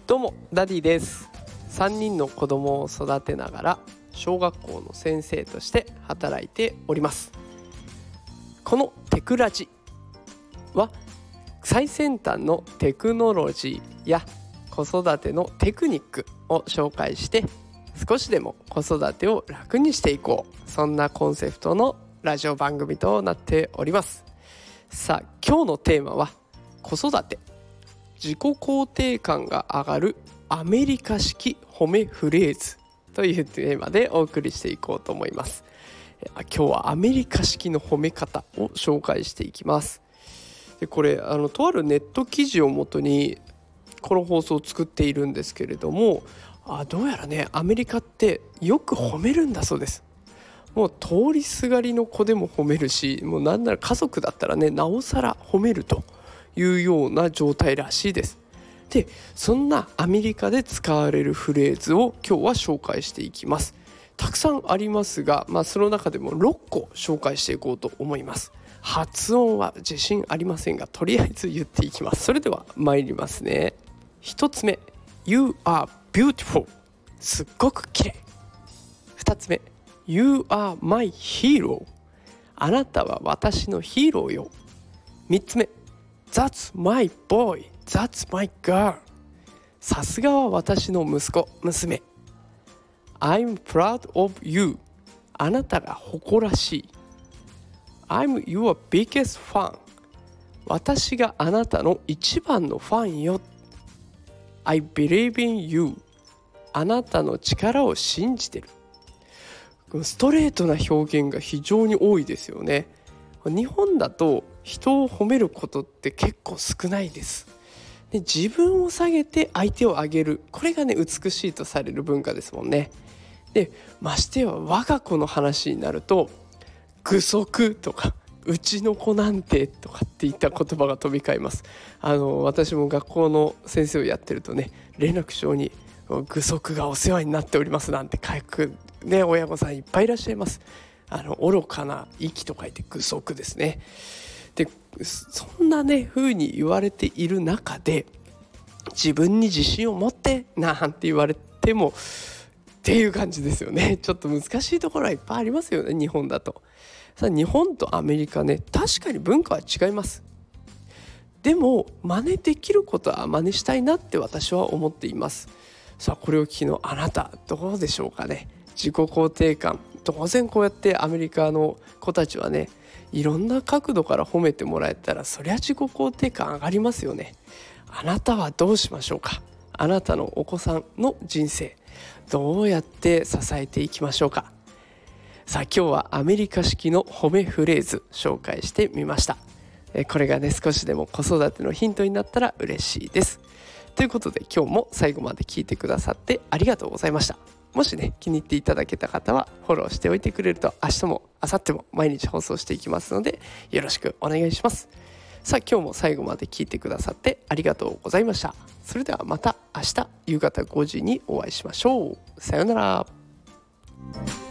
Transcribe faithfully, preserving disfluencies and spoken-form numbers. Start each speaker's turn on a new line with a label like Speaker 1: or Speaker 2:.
Speaker 1: どうもダディです。さんにんの子供を育てながら小学校の先生として働いております。このテクラジは最先端のテクノロジーや子育てのテクニックを紹介して少しでも子育てを楽にしていこう、そんなコンセプトのラジオ番組となっております。さあ今日のテーマは子育て自己肯定感が上がるアメリカ式褒めフレーズというテーマでお送りしていこうと思います。今日はアメリカ式の褒め方を紹介していきます。でこれあのとあるネット記事をもとにこの放送を作っているんですけれども、あどうやらねアメリカってよく褒めるんだそうです。もう通りすがりの子でも褒めるし、もうなんなら家族だったらねなおさら褒めるというような状態らしいです。でそんなアメリカで使われるフレーズを今日は紹介していきます。たくさんありますが、まあ、その中でもろっこ紹介していこうと思います。発音は自信ありませんがとりあえず言っていきます。それでは参りますね。ひとつめ You are beautiful すっごく綺麗。ふたつめ You are my hero あなたは私のヒーローよ。みっつめThat's my boy, that's my girl さすがは私の息子、娘。 I'm proud of you あなたが誇らしい。 I'm your biggest fan 私があなたの一番のファンよ。 I believe in you あなたの力を信じてる。ストレートな表現が非常に多いですよね。日本だと人を褒めることって結構少ないです。で自分を下げて相手を上げる、これがね美しいとされる文化ですもんね。でましては我が子の話になると具足とかうちの子なんてとかっていった言葉が飛び交います。あの私も学校の先生をやってるとね連絡帳に具足がお世話になっておりますなんて書く、ね、親御さんいっぱいいらっしゃいます。あの愚かな息と書いて具足ですね。でそんなね風に言われている中で自分に自信を持ってなんて言われてもっていう感じですよね。ちょっと難しいところはいっぱいありますよね日本だと。さあ日本とアメリカね確かに文化は違います。でも真似できることは真似したいなって私は思っています。さあこれを聞きのあなたどうでしょうかね。自己肯定感当然こうやってアメリカの子たちはねいろんな角度から褒めてもらえたらそりゃ自己肯定感上がりますよね。あなたはどうしましょうか。あなたのお子さんの人生どうやって支えていきましょうか。さあ今日はアメリカ式の褒めフレーズ紹介してみました。これがね少しでも子育てのヒントになったら嬉しいです。ということで今日も最後まで聞いてくださってありがとうございました。もしね気に入っていただけた方はフォローしておいてくれると明日も明後日も毎日放送していきますのでよろしくお願いします。さあ今日も最後まで聞いてくださってありがとうございました。それではまた明日夕方ごじにお会いしましょう。さようなら。